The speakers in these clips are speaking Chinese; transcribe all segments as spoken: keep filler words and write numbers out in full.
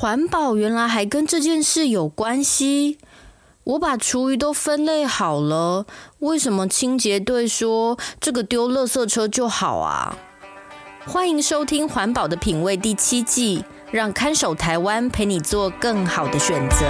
环保原来还跟这件事有关系。我把厨余都分类好了，为什么清洁队说这个丢垃圾车就好啊？欢迎收听《环保的品味》第七季，让看守台湾陪你做更好的选择。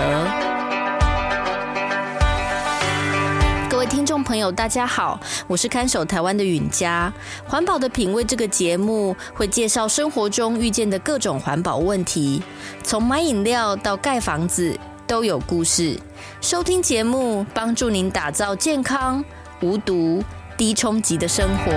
各位听众朋友大家好，我是看守台湾的允嘉。环保的品味这个节目会介绍生活中遇见的各种环保问题，从买饮料到盖房子都有故事。收听节目，帮助您打造健康、无毒、低冲击的生活。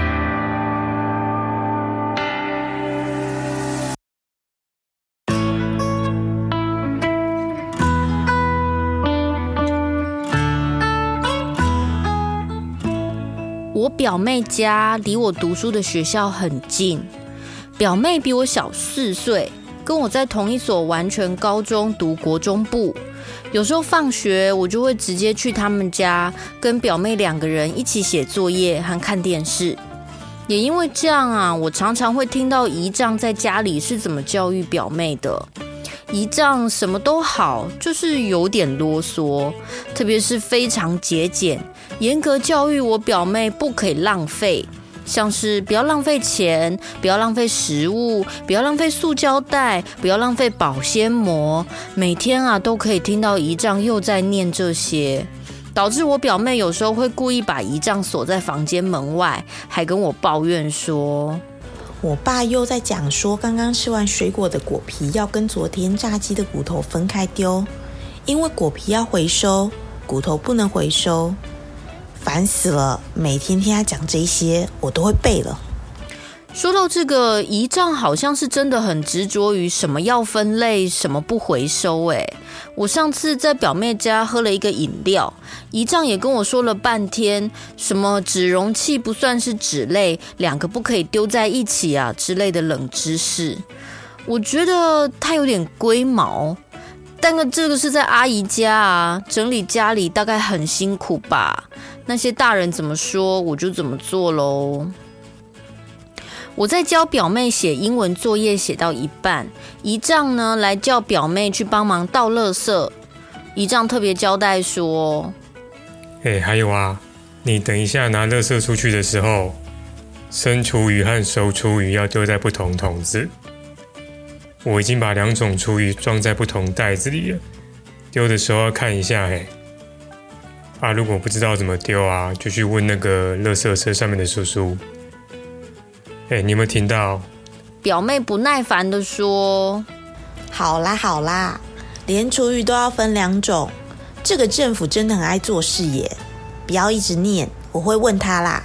我表妹家离我读书的学校很近，表妹比我小四岁，跟我在同一所完全高中读国中部。有时候放学我就会直接去他们家，跟表妹两个人一起写作业和看电视。也因为这样啊，我常常会听到姨丈在家里是怎么教育表妹的。姨丈什么都好，就是有点啰嗦，特别是非常节俭，严格教育我表妹不可以浪费，像是不要浪费钱，不要浪费食物，不要浪费塑胶袋，不要浪费保鲜膜。每天啊都可以听到姨丈又在念这些，导致我表妹有时候会故意把姨丈锁在房间门外，还跟我抱怨说， 我爸又在讲说，刚刚吃完水果的果皮要跟昨天炸鸡的骨头分开丢，因为果皮要回收，骨头不能回收。烦死了，每天听他讲这些，我都会背了。 说到这个，姨丈好像是真的很执着于什么要分类，什么不回收。诶，我上次在表妹家喝了一个饮料，姨丈也跟我说了半天，什么纸容器不算是纸类，两个不可以丢在一起啊之类的冷知识。我觉得他有点龟毛，但这个是在阿姨家啊，整理家里大概很辛苦吧。那些大人怎么说，我就怎么做咯。我在教表妹写英文作业，写到一半，姨丈呢来叫表妹去帮忙倒垃圾。姨丈特别交代说， 欸，还有啊，你等一下拿垃圾出去的时候，生厨余和熟厨余要丢在不同桶子。我已经把两种厨余装在不同袋子里了，丢的时候要看一下。嘿，啊，如果不知道怎么丢啊，就去问那个垃圾车上面的叔叔。欸，你有没有听到？ 表妹不耐烦地说， 好啦好啦，连厨余都要分两种，这个政府真的很爱做事耶，不要一直念，我会问他啦。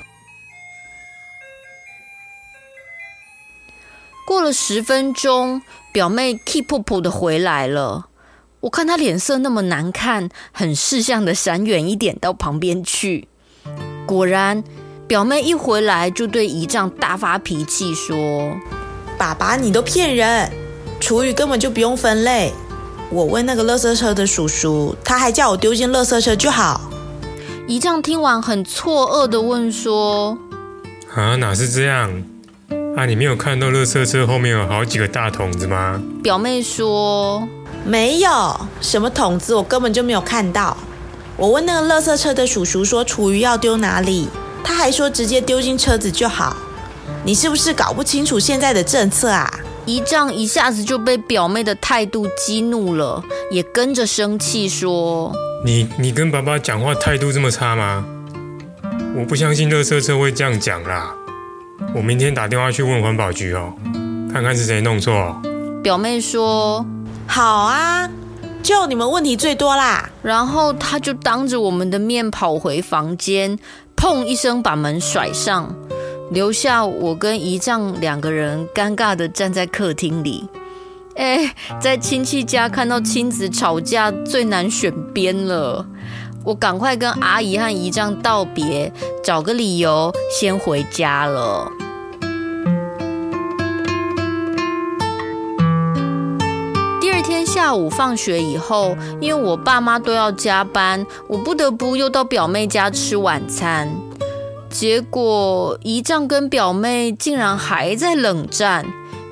过了十分钟，表妹 keep up 的回来了。我看她脸色那么难看，很识相的闪远一点到旁边去。果然，表妹一回来就对姨丈大发脾气说， 爸爸你都骗人，厨余根本就不用分类，我问那个垃圾车的叔叔，他还叫我丢进垃圾车就好。 姨丈听完很错愕的问说， 啊，哪是这样啊？你没有看到垃圾车后面有好几个大桶子吗？ 表妹说， 没有，什么桶子我根本就没有看到。我问那个垃圾车的叔叔说厨余要丢哪里，他还说直接丢进车子就好。你是不是搞不清楚现在的政策啊？ 姨丈一下子就被表妹的态度激怒了，也跟着生气说， 你你跟爸爸讲话态度这么差吗？我不相信垃圾车会这样讲啦。我明天打电话去问环保局哦，看看是谁弄错。 表妹说， 好啊，就你们问题最多啦。 然后他就当着我们的面跑回房间，砰一声把门甩上，留下我跟姨丈两个人尴尬的站在客厅里。哎，在亲戚家看到亲子吵架最难选边了。我赶快跟阿姨和姨丈道别，找个理由先回家了。第二天下午放学以后，因为我爸妈都要加班，我不得不又到表妹家吃晚餐。结果姨丈跟表妹竟然还在冷战，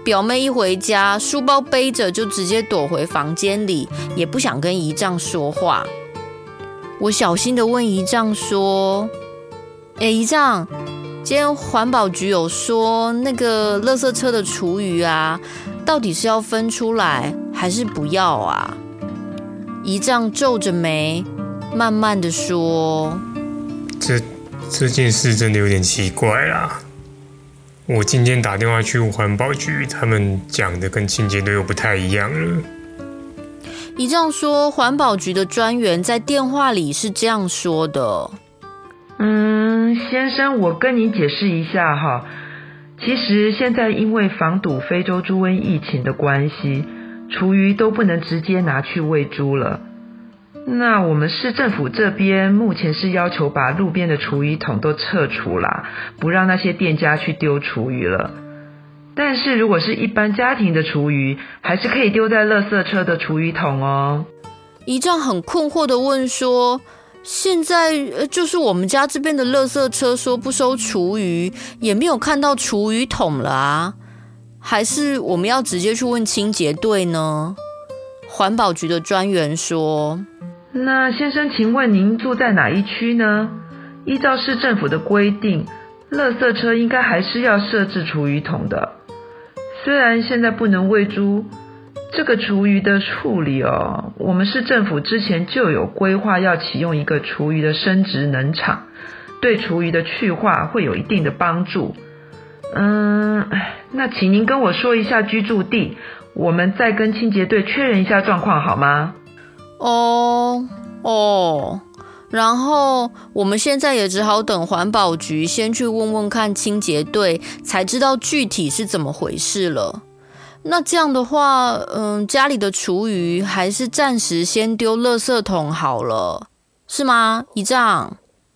表妹一回家，书包背着就直接躲回房间里，也不想跟姨丈说话。我小心地问姨丈说：哎，姨丈，今天环保局有说那个垃圾车的厨余啊，到底是要分出来还是不要啊？姨丈皱着眉，慢慢地说： 这这件事真的有点奇怪啦。我今天打电话去环保局，他们讲的跟清洁队又不太一样了。 姨丈说，环保局的专员在电话里是这样说的： 嗯，先生，我跟你解释一下哈。其实现在因为防堵非洲猪瘟疫情的关系，厨余都不能直接拿去喂猪了。那我们市政府这边目前是要求把路边的厨余桶都撤除啦，不让那些店家去丢厨余了。但是如果是一般家庭的厨余，还是可以丢在垃圾车的厨余桶哦。 姨丈很困惑地问说：现在就是我们家这边的垃圾车说不收厨余，也没有看到厨余桶了啊，还是我们要直接去问清洁队呢？环保局的专员说： 那先生，请问您住在哪一区呢？依照市政府的规定，垃圾车应该还是要设置厨余桶的。虽然现在不能喂猪，这个厨余的处理哦，我们市政府之前就有规划要启用一个厨余的生质能厂，对厨余的去化会有一定的帮助。嗯，那请您跟我说一下居住地，我们再跟清洁队确认一下状况好吗？ 哦哦，然后我们现在也只好等环保局先去问问看清洁队，才知道具体是怎么回事了。那这样的话，嗯，家里的厨余还是暂时先丢垃圾桶好了，是吗，姨丈？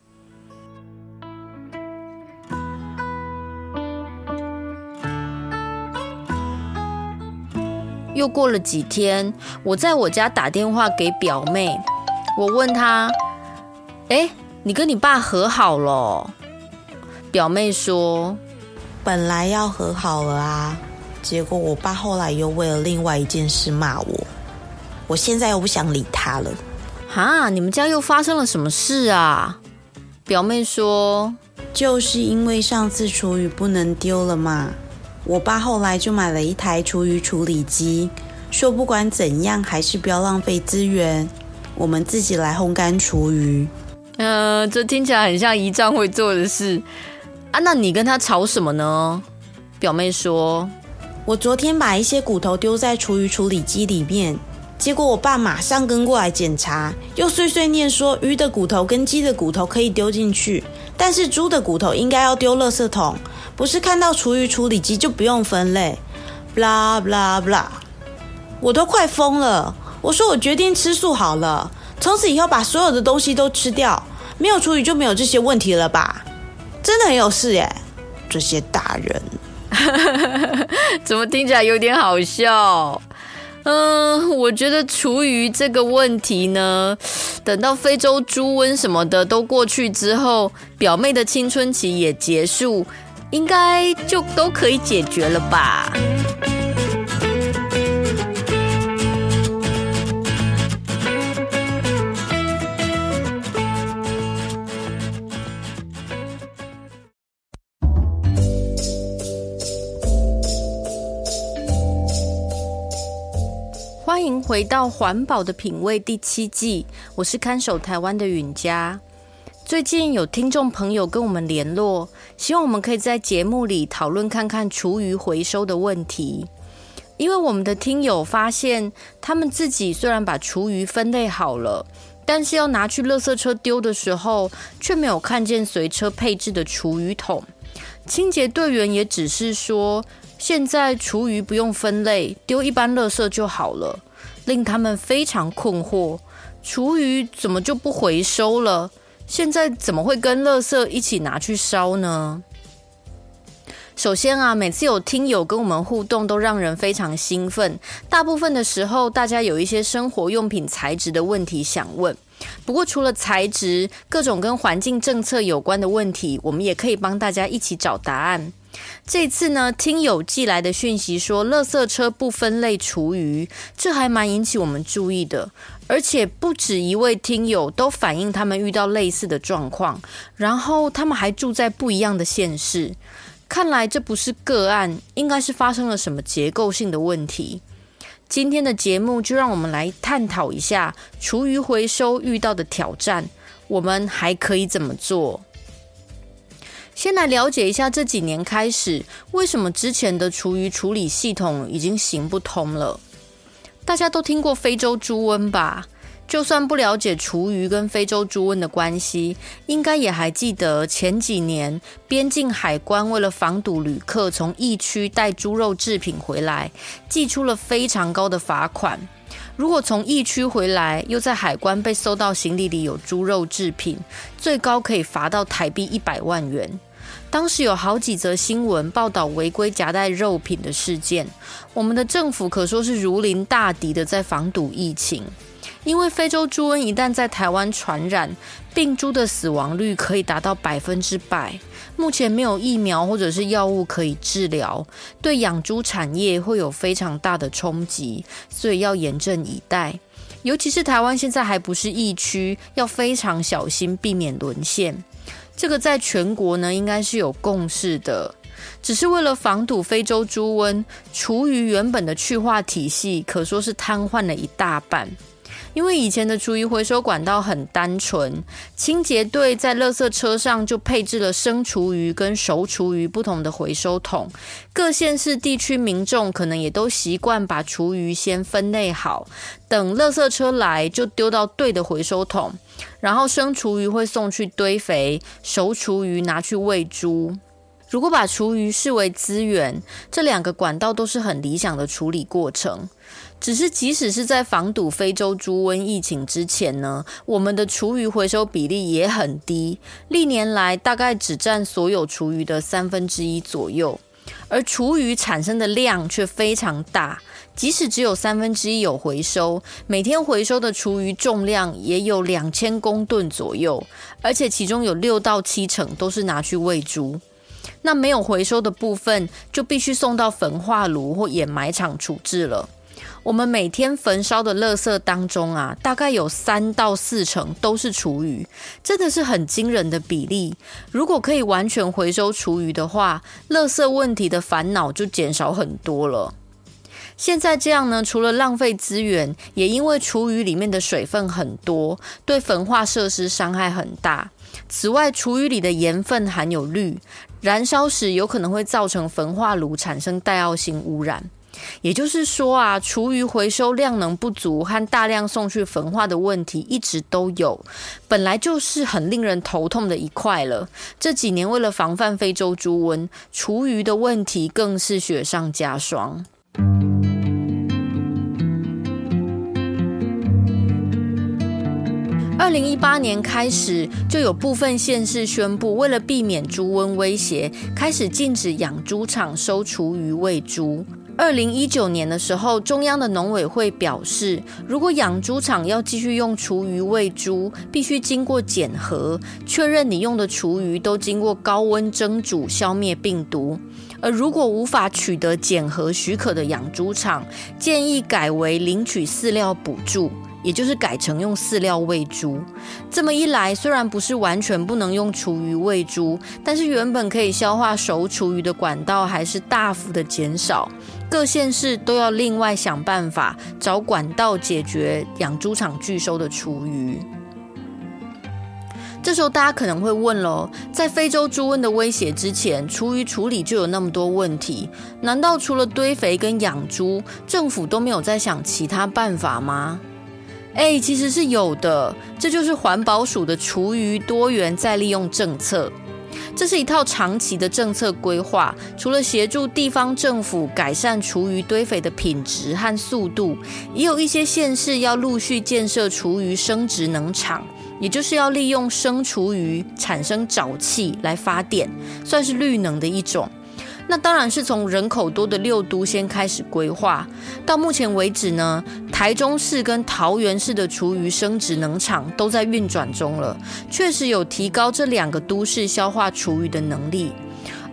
又过了几天，我在我家打电话给表妹，我问她：哎，你跟你爸和好了？表妹说： 本来要和好了啊，结果我爸后来又为了另外一件事骂我，我现在又不想理他了。 哈，你们家又发生了什么事啊？表妹说： 就是因为上次厨余不能丢了嘛，我爸后来就买了一台厨余处理机，说不管怎样还是不要浪费资源，我们自己来烘干厨余。 呃，这听起来很像姨丈会做的事啊。那你跟他吵什么呢？表妹说： 我昨天把一些骨头丢在厨余处理机里面，结果我爸马上跟过来检查，又碎碎念说鱼的骨头跟鸡的骨头可以丢进去，但是猪的骨头应该要丢垃圾桶，不是看到厨余处理机就不用分类 blah blah blah。 我都快疯了，我说我决定吃素好了，从此以后把所有的东西都吃掉，没有厨余就没有这些问题了吧。真的很有事耶，这些大人。 怎么听起来有点好笑？嗯，我觉得厨余这个问题呢，等到非洲猪瘟什么的都过去之后，表妹的青春期也结束，应该就都可以解决了吧。欢迎回到环保的品味第七季，我是看守台湾的允嘉。最近有听众朋友跟我们联络，希望我们可以在节目里讨论看看厨余回收的问题。因为我们的听友发现，他们自己虽然把厨余分类好了，但是要拿去垃圾车丢的时候，却没有看见随车配置的厨余桶。清洁队员也只是说，现在厨余不用分类，丢一般垃圾就好了，令他们非常困惑。厨余怎么就不回收了？现在怎么会跟垃圾一起拿去烧呢？首先啊，每次有听友跟我们互动都让人非常兴奋，大部分的时候大家有一些生活用品材质的问题想问。不过除了材质，各种跟环境政策有关的问题，我们也可以帮大家一起找答案。 这次呢，听友寄来的讯息说垃圾车不分类厨余，这还蛮引起我们注意的，而且不止一位听友都反映他们遇到类似的状况，然后他们还住在不一样的县市，看来这不是个案，应该是发生了什么结构性的问题。今天的节目就让我们来探讨一下厨余回收遇到的挑战，我们还可以怎么做？先来了解一下这几年开始，为什么之前的厨余处理系统已经行不通了。大家都听过非洲猪瘟吧？就算不了解厨余跟非洲猪瘟的关系，应该也还记得前几年边境海关为了防堵旅客从疫区带猪肉制品回来，寄出了非常高的罚款。如果从疫区回来，又在海关被搜到行李里有猪肉制品，最高可以罚到台币一百万元。当时有好几则新闻报道违规夹带肉品的事件，我们的政府可说是如临大敌的在防堵疫情。因为非洲猪瘟一旦在台湾传染，病猪的死亡率可以达到百分之百。目前没有疫苗或者是药物可以治疗，对养猪产业会有非常大的冲击，所以要严阵以待。尤其是台湾现在还不是疫区，要非常小心避免沦陷。这个在全国呢应该是有共识的。只是为了防堵非洲猪瘟，厨余原本的去化体系可说是瘫痪了一大半。因为以前的厨余回收管道很单纯，清洁队在垃圾车上就配置了生厨余跟熟厨余不同的回收桶，各县市地区民众可能也都习惯把厨余先分类好，等垃圾车来就丢到对的回收桶，然后生厨余会送去堆肥，熟厨余拿去喂猪。如果把厨余视为资源，这两个管道都是很理想的处理过程。只是即使是在防堵非洲猪瘟疫情之前呢，我们的厨余回收比例也很低，历年来大概只占所有厨余的三分之一左右，而厨余产生的量却非常大，即使只有三分之一有回收，每天回收的厨余重量也有两千公吨左右，而且其中有六到七成都是拿去喂猪。那没有回收的部分就必须送到焚化炉或掩埋场处置了。我们每天焚烧的垃圾当中啊，大概有三到四成都是厨余，真的是很惊人的比例。如果可以完全回收厨余的话，垃圾问题的烦恼就减少很多了。现在这样呢，除了浪费资源，也因为厨余里面的水分很多，对焚化设施伤害很大。此外，厨余里的盐分含有氯，燃烧时有可能会造成焚化炉产生戴奥辛污染。也就是说啊，厨余回收量能不足和大量送去焚化的问题一直都有，本来就是很令人头痛的一块了。这几年为了防范非洲猪瘟，厨余的问题更是雪上加霜。二零一八年开始，就有部分县市宣布，为了避免猪瘟威胁，开始禁止养猪场收厨余喂猪。二零一九年的时候，中央的农委会表示，如果养猪场要继续用厨余喂猪，必须经过检核，确认你用的厨余都经过高温蒸煮消灭病毒。而如果无法取得检核许可的养猪场，建议改为领取饲料补助，也就是改成用饲料喂猪。这么一来，虽然不是完全不能用厨余喂猪，但是原本可以消化熟厨余的管道还是大幅的减少。各县市都要另外想办法找管道解决养猪场拒收的厨余。这时候大家可能会问咯，在非洲猪瘟的威胁之前，厨余处理就有那么多问题，难道除了堆肥跟养猪，政府都没有在想其他办法吗？哎，其实是有的，这就是环保署的厨余多元再利用政策。这是一套长期的政策规划，除了协助地方政府改善厨余堆肥的品质和速度，也有一些县市要陆续建设厨余生质能厂，也就是要利用生厨余产生沼气来发电，算是绿能的一种。那当然是从人口多的六都先开始规划，到目前为止呢，台中市跟桃园市的厨余生质能厂都在运转中了，确实有提高这两个都市消化厨余的能力。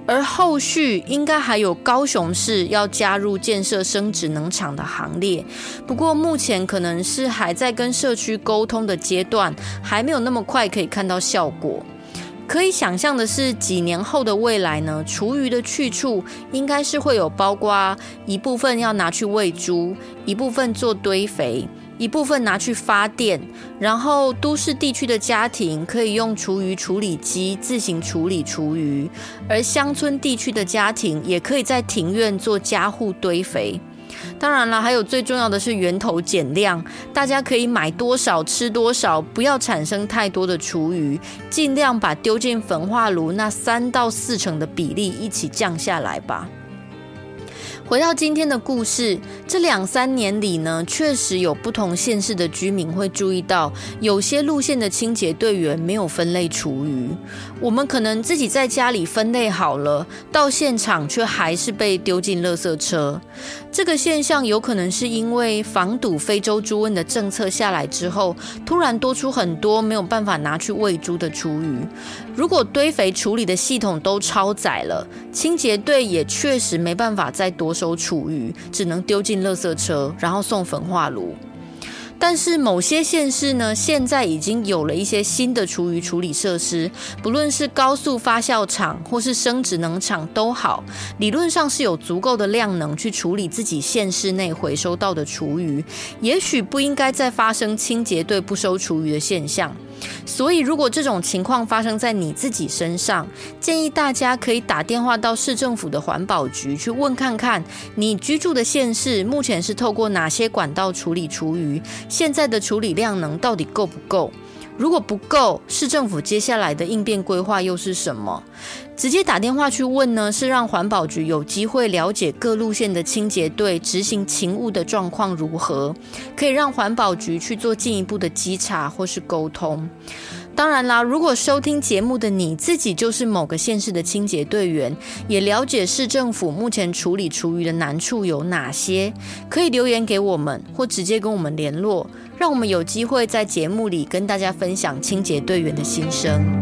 而后续应该还有高雄市要加入建设生质能厂的行列，不过目前可能是还在跟社区沟通的阶段，还没有那么快可以看到效果。可以想象的是，几年后的未来呢，厨余的去处应该是会有包括一部分要拿去喂猪，一部分做堆肥，一部分拿去发电，然后都市地区的家庭可以用厨余处理机自行处理厨余，而乡村地区的家庭也可以在庭院做家户堆肥。当然了，还有最重要的是源头减量，大家可以买多少吃多少，不要产生太多的厨余，尽量把丢进焚化炉那三到四成的比例一起降下来吧。回到今天的故事，这两三年里呢，确实有不同县市的居民会注意到，有些路线的清洁队员没有分类厨余。我们可能自己在家里分类好了，到现场却还是被丢进垃圾车。这个现象有可能是因为防堵非洲猪瘟的政策下来之后，突然多出很多没有办法拿去喂猪的厨余。如果堆肥处理的系统都超载了，清洁队也确实没办法再多收厨余，只能丢进垃圾车，然后送焚化炉。但是某些县市呢，现在已经有了一些新的厨余处理设施，不论是高速发酵厂或是生质能厂都好，理论上是有足够的量能去处理自己县市内回收到的厨余，也许不应该再发生清洁队不收厨余的现象。所以如果这种情况发生在你自己身上，建议大家可以打电话到市政府的环保局去问看看，你居住的县市目前是透过哪些管道处理厨余，现在的处理量能到底够不够？如果不够，市政府接下来的应变规划又是什么？直接打电话去问呢，是让环保局有机会了解各路线的清洁队执行勤务的状况如何，可以让环保局去做进一步的稽查或是沟通。当然啦，如果收听节目的你自己就是某个县市的清洁队员，也了解市政府目前处理厨余的难处有哪些，可以留言给我们，或直接跟我们联络，让我们有机会在节目里跟大家分享清洁队员的心声。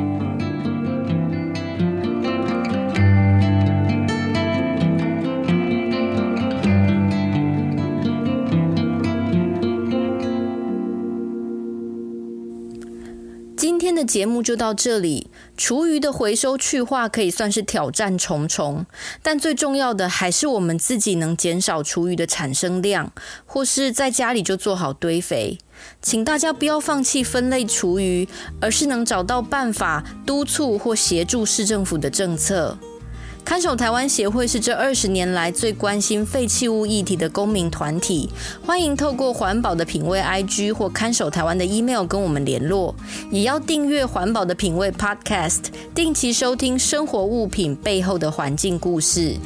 今天的节目就到这里。厨余的回收去化可以算是挑战重重，但最重要的还是我们自己能减少厨余的产生量，或是在家里就做好堆肥。请大家不要放弃分类厨余，而是能找到办法督促或协助市政府的政策。看守台湾协会是这二十年来最关心废弃物议题的公民团体，欢迎透过环保的品味 I G 或看守台湾的 email 跟我们联络，也要订阅环保的品味 Podcast， 定期收听生活物品背后的环境故事。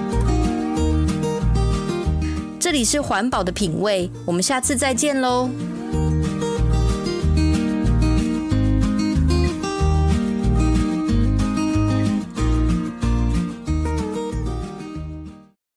这里是环保的品味，我们下次再见喽。